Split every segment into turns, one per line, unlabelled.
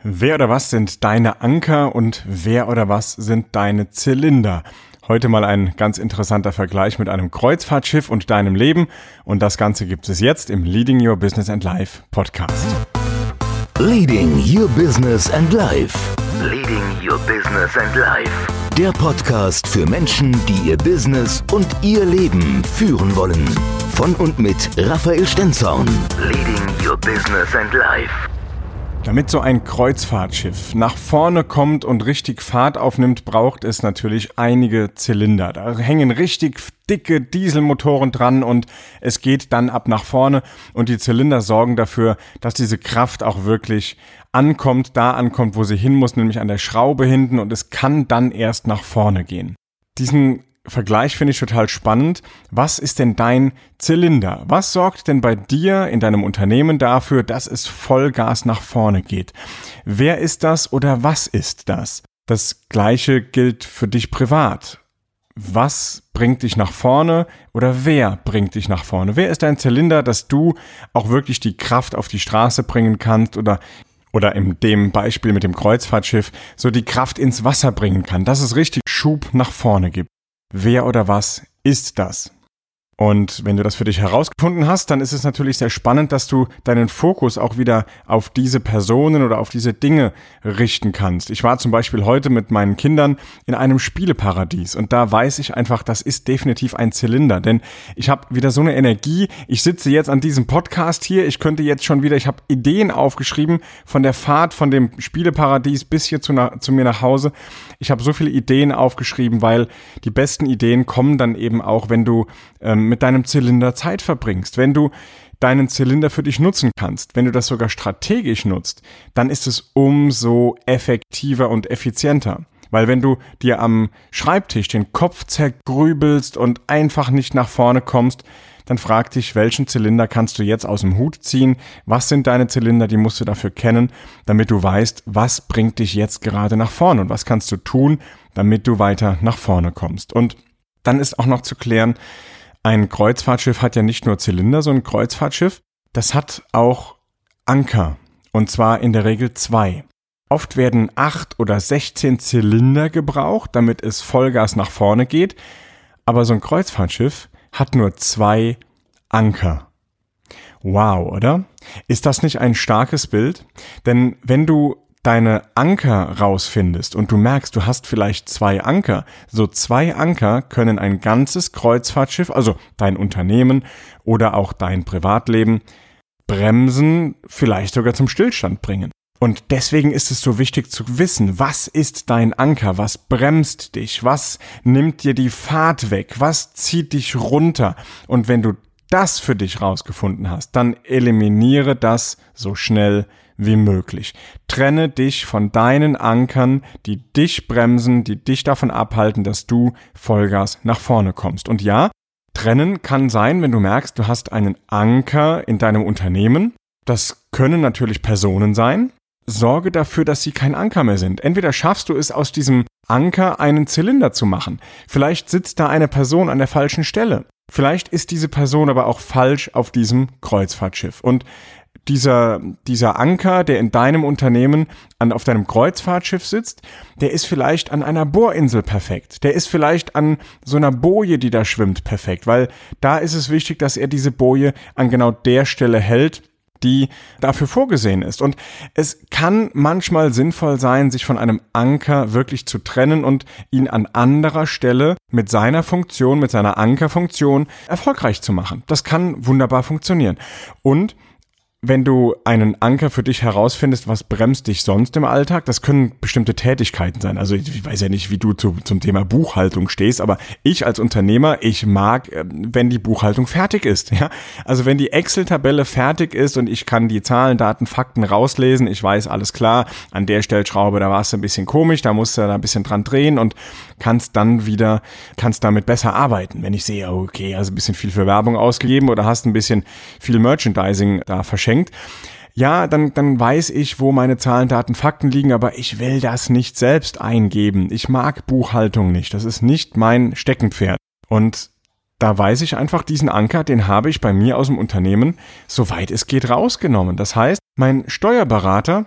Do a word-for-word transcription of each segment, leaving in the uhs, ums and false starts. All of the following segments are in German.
Wer oder was sind deine Anker und wer oder was sind deine Zylinder? Heute mal ein ganz interessanter Vergleich mit einem Kreuzfahrtschiff und deinem Leben. Und das Ganze gibt es jetzt im Leading Your Business and Life Podcast.
Leading Your Business and Life.
Leading Your Business and Life.
Der Podcast für Menschen, die ihr Business und ihr Leben führen wollen. Von und mit Raphael Stenzhorn.
Leading Your Business and Life.
Damit so ein Kreuzfahrtschiff nach vorne kommt und richtig Fahrt aufnimmt, braucht es natürlich einige Zylinder. Da hängen richtig dicke Dieselmotoren dran und es geht dann ab nach vorne und die Zylinder sorgen dafür, dass diese Kraft auch wirklich ankommt, da ankommt, wo sie hin muss, nämlich an der Schraube hinten, und es kann dann erst nach vorne gehen. Diesen Vergleich finde ich total spannend. Was ist denn dein Zylinder? Was sorgt denn bei dir in deinem Unternehmen dafür, dass es Vollgas nach vorne geht? Wer ist das oder was ist das? Das Gleiche gilt für dich privat. Was bringt dich nach vorne oder wer bringt dich nach vorne? Wer ist dein Zylinder, dass du auch wirklich die Kraft auf die Straße bringen kannst oder Oder in dem Beispiel mit dem Kreuzfahrtschiff so die Kraft ins Wasser bringen kann, dass es richtig Schub nach vorne gibt? Wer oder was ist das? Und wenn du das für dich herausgefunden hast, dann ist es natürlich sehr spannend, dass du deinen Fokus auch wieder auf diese Personen oder auf diese Dinge richten kannst. Ich war zum Beispiel heute mit meinen Kindern in einem Spieleparadies und da weiß ich einfach, das ist definitiv ein Zylinder, denn ich habe wieder so eine Energie. Ich sitze jetzt an diesem Podcast hier, ich könnte jetzt schon wieder, ich habe Ideen aufgeschrieben von der Fahrt von dem Spieleparadies bis hier zu, na, zu mir nach Hause. Ich habe so viele Ideen aufgeschrieben, weil die besten Ideen kommen dann eben auch, wenn du ähm, mit deinem Zylinder Zeit verbringst. Wenn du deinen Zylinder für dich nutzen kannst, wenn du das sogar strategisch nutzt, dann ist es umso effektiver und effizienter. Weil wenn du dir am Schreibtisch den Kopf zergrübelst und einfach nicht nach vorne kommst, dann frag dich, welchen Zylinder kannst du jetzt aus dem Hut ziehen? Was sind deine Zylinder? Die musst du dafür kennen, damit du weißt, was bringt dich jetzt gerade nach vorne und was kannst du tun, damit du weiter nach vorne kommst. Und dann ist auch noch zu klären, ein Kreuzfahrtschiff hat ja nicht nur Zylinder, so ein Kreuzfahrtschiff, das hat auch Anker, und zwar in der Regel zwei. Oft werden acht oder sechzehn Zylinder gebraucht, damit es Vollgas nach vorne geht, aber so ein Kreuzfahrtschiff hat nur zwei Anker. Wow, oder? Ist das nicht ein starkes Bild? Denn wenn du deine Anker rausfindest und du merkst, du hast vielleicht zwei Anker, so zwei Anker können ein ganzes Kreuzfahrtschiff, also dein Unternehmen oder auch dein Privatleben, bremsen, vielleicht sogar zum Stillstand bringen. Und deswegen ist es so wichtig zu wissen, was ist dein Anker, was bremst dich, was nimmt dir die Fahrt weg, was zieht dich runter. Und wenn du das für dich rausgefunden hast, dann eliminiere das so schnell wie möglich. Trenne dich von deinen Ankern, die dich bremsen, die dich davon abhalten, dass du Vollgas nach vorne kommst. Und ja, trennen kann sein, wenn du merkst, du hast einen Anker in deinem Unternehmen. Das können natürlich Personen sein. Sorge dafür, dass sie kein Anker mehr sind. Entweder schaffst du es, aus diesem Anker einen Zylinder zu machen. Vielleicht sitzt da eine Person an der falschen Stelle. Vielleicht ist diese Person aber auch falsch auf diesem Kreuzfahrtschiff. Und dieser, dieser Anker, der in deinem Unternehmen an, auf deinem Kreuzfahrtschiff sitzt, der ist vielleicht an einer Bohrinsel perfekt. Der ist vielleicht an so einer Boje, die da schwimmt, perfekt. Weil da ist es wichtig, dass er diese Boje an genau der Stelle hält, die dafür vorgesehen ist. Und es kann manchmal sinnvoll sein, sich von einem Anker wirklich zu trennen und ihn an anderer Stelle mit seiner Funktion, mit seiner Ankerfunktion erfolgreich zu machen. Das kann wunderbar funktionieren. Und wenn du einen Anker für dich herausfindest, was bremst dich sonst im Alltag, das können bestimmte Tätigkeiten sein. Also ich weiß ja nicht, wie du zu, zum Thema Buchhaltung stehst, aber ich als Unternehmer, ich mag, wenn die Buchhaltung fertig ist. Ja? Also wenn die Excel-Tabelle fertig ist und ich kann die Zahlen, Daten, Fakten rauslesen, ich weiß, alles klar, an der Stellschraube, da war es ein bisschen komisch, da musst du da ein bisschen dran drehen und kannst dann wieder, kannst damit besser arbeiten. Wenn ich sehe, okay, also ein bisschen viel für Werbung ausgegeben oder hast ein bisschen viel Merchandising da verschenkt, ja, dann, dann weiß ich, wo meine Zahlen, Daten, Fakten liegen, aber ich will das nicht selbst eingeben. Ich mag Buchhaltung nicht. Das ist nicht mein Steckenpferd. Und da weiß ich einfach, diesen Anker, den habe ich bei mir aus dem Unternehmen, soweit es geht, rausgenommen. Das heißt, mein Steuerberater,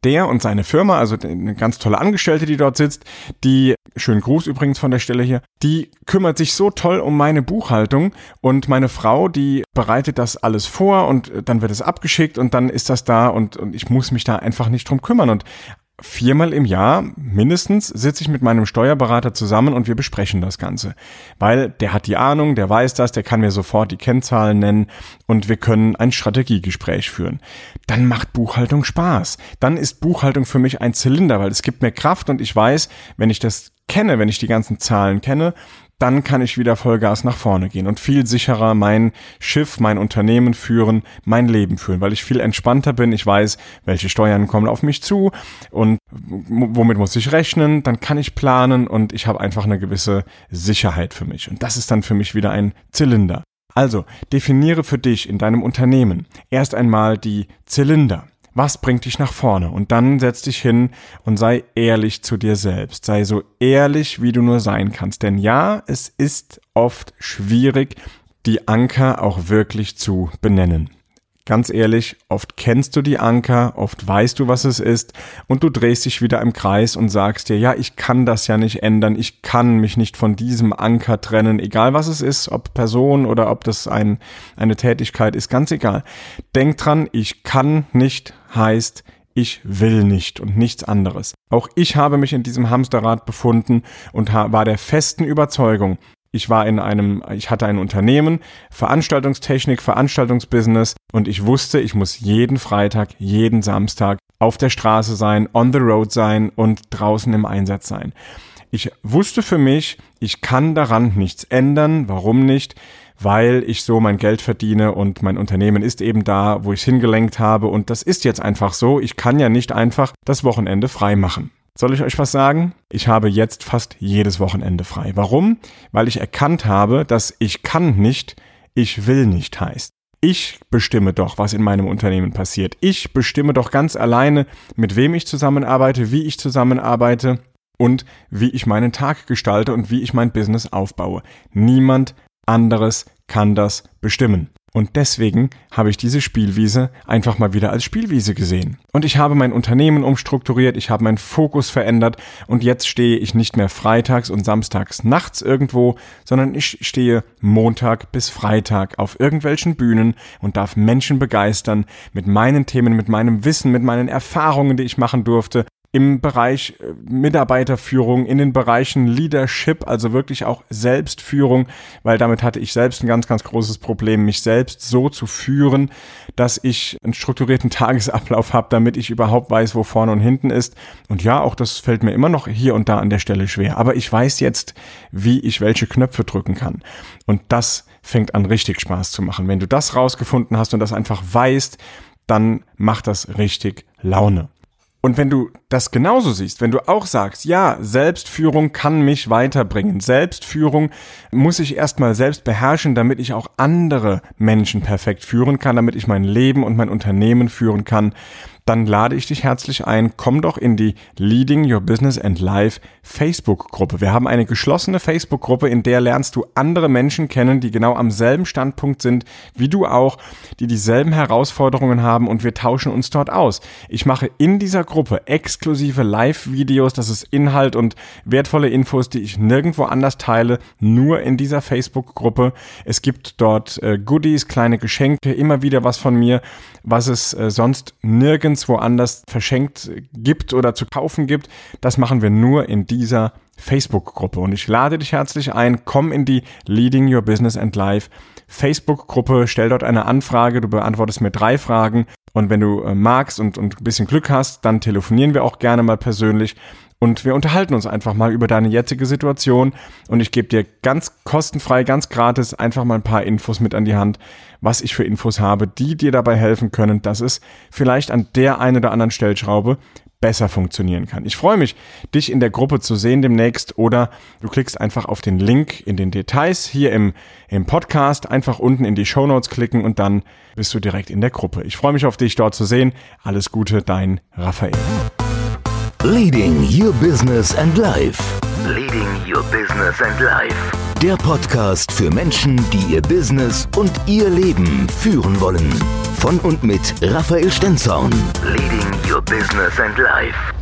der und seine Firma, also eine ganz tolle Angestellte, die dort sitzt, die, schönen Gruß übrigens von der Stelle hier, die kümmert sich so toll um meine Buchhaltung und meine Frau, die bereitet das alles vor und dann wird es abgeschickt und dann ist das da und, und ich muss mich da einfach nicht drum kümmern und viermal im Jahr mindestens sitze ich mit meinem Steuerberater zusammen und wir besprechen das Ganze. Weil der hat die Ahnung, der weiß das, der kann mir sofort die Kennzahlen nennen und wir können ein Strategiegespräch führen. Dann macht Buchhaltung Spaß. Dann ist Buchhaltung für mich ein Zylinder, weil es gibt mir Kraft und ich weiß, wenn ich das kenne, wenn ich die ganzen Zahlen kenne, dann kann ich wieder Vollgas nach vorne gehen und viel sicherer mein Schiff, mein Unternehmen führen, mein Leben führen, weil ich viel entspannter bin. Ich weiß, welche Steuern kommen auf mich zu und womit muss ich rechnen. Dann kann ich planen und ich habe einfach eine gewisse Sicherheit für mich. Und das ist dann für mich wieder ein Zylinder. Also, definiere für dich in deinem Unternehmen erst einmal die Zylinder. Was bringt dich nach vorne? Und dann setz dich hin und sei ehrlich zu dir selbst. Sei so ehrlich, wie du nur sein kannst. Denn ja, es ist oft schwierig, die Anker auch wirklich zu benennen. Ganz ehrlich, oft kennst du die Anker, oft weißt du, was es ist und du drehst dich wieder im Kreis und sagst dir, ja, ich kann das ja nicht ändern, ich kann mich nicht von diesem Anker trennen, egal was es ist, ob Person oder ob das ein, eine Tätigkeit ist, ganz egal. Denk dran, ich kann nicht heißt, ich will nicht und nichts anderes. Auch ich habe mich in diesem Hamsterrad befunden und war der festen Überzeugung, ich war in einem, ich hatte ein Unternehmen, Veranstaltungstechnik, Veranstaltungsbusiness und ich wusste, ich muss jeden Freitag, jeden Samstag auf der Straße sein, on the road sein und draußen im Einsatz sein. Ich wusste für mich, ich kann daran nichts ändern. Warum nicht? Weil ich so mein Geld verdiene und mein Unternehmen ist eben da, wo ich es hingelenkt habe und das ist jetzt einfach so. Ich kann ja nicht einfach das Wochenende frei machen. Soll ich euch was sagen? Ich habe jetzt fast jedes Wochenende frei. Warum? Weil ich erkannt habe, dass ich kann nicht, ich will nicht heißt. Ich bestimme doch, was in meinem Unternehmen passiert. Ich bestimme doch ganz alleine, mit wem ich zusammenarbeite, wie ich zusammenarbeite und wie ich meinen Tag gestalte und wie ich mein Business aufbaue. Niemand anderes kann das bestimmen. Und deswegen habe ich diese Spielwiese einfach mal wieder als Spielwiese gesehen. Und ich habe mein Unternehmen umstrukturiert, ich habe meinen Fokus verändert und jetzt stehe ich nicht mehr freitags und samstags nachts irgendwo, sondern ich stehe Montag bis Freitag auf irgendwelchen Bühnen und darf Menschen begeistern mit meinen Themen, mit meinem Wissen, mit meinen Erfahrungen, die ich machen durfte. Im Bereich Mitarbeiterführung, in den Bereichen Leadership, also wirklich auch Selbstführung, weil damit hatte ich selbst ein ganz, ganz großes Problem, mich selbst so zu führen, dass ich einen strukturierten Tagesablauf habe, damit ich überhaupt weiß, wo vorne und hinten ist. Und ja, auch das fällt mir immer noch hier und da an der Stelle schwer. Aber ich weiß jetzt, wie ich welche Knöpfe drücken kann. Und das fängt an, richtig Spaß zu machen. Wenn du das rausgefunden hast und das einfach weißt, dann macht das richtig Laune. Und wenn du das genauso siehst, wenn du auch sagst, ja, Selbstführung kann mich weiterbringen, Selbstführung muss ich erstmal selbst beherrschen, damit ich auch andere Menschen perfekt führen kann, damit ich mein Leben und mein Unternehmen führen kann, dann lade ich dich herzlich ein, komm doch in die Leading Your Business and Life Facebook-Gruppe. Wir haben eine geschlossene Facebook-Gruppe, in der lernst du andere Menschen kennen, die genau am selben Standpunkt sind wie du auch, die dieselben Herausforderungen haben und wir tauschen uns dort aus. Ich mache in dieser Gruppe exklusive Live-Videos, das ist Inhalt und wertvolle Infos, die ich nirgendwo anders teile, nur in dieser Facebook-Gruppe. Es gibt dort äh, Goodies, kleine Geschenke, immer wieder was von mir, was es äh, sonst nirgends woanders verschenkt gibt oder zu kaufen gibt. Das machen wir nur in dieser Facebook-Gruppe. Und ich lade dich herzlich ein, komm in die Leading Your Business and Life Facebook-Gruppe, stell dort eine Anfrage, du beantwortest mir drei Fragen und wenn du äh, magst und, und ein bisschen Glück hast, dann telefonieren wir auch gerne mal persönlich. Und wir unterhalten uns einfach mal über deine jetzige Situation und ich gebe dir ganz kostenfrei, ganz gratis einfach mal ein paar Infos mit an die Hand, was ich für Infos habe, die dir dabei helfen können, dass es vielleicht an der einen oder anderen Stellschraube besser funktionieren kann. Ich freue mich, dich in der Gruppe zu sehen demnächst oder du klickst einfach auf den Link in den Details hier im, im Podcast, einfach unten in die Shownotes klicken und dann bist du direkt in der Gruppe. Ich freue mich auf dich dort zu sehen. Alles Gute, dein Raphael.
Leading Your Business and Life.
Leading Your Business and Life.
Der Podcast für Menschen, die ihr Business und ihr Leben führen wollen. Von und mit Raphael Stenzhorn.
Leading your business and life.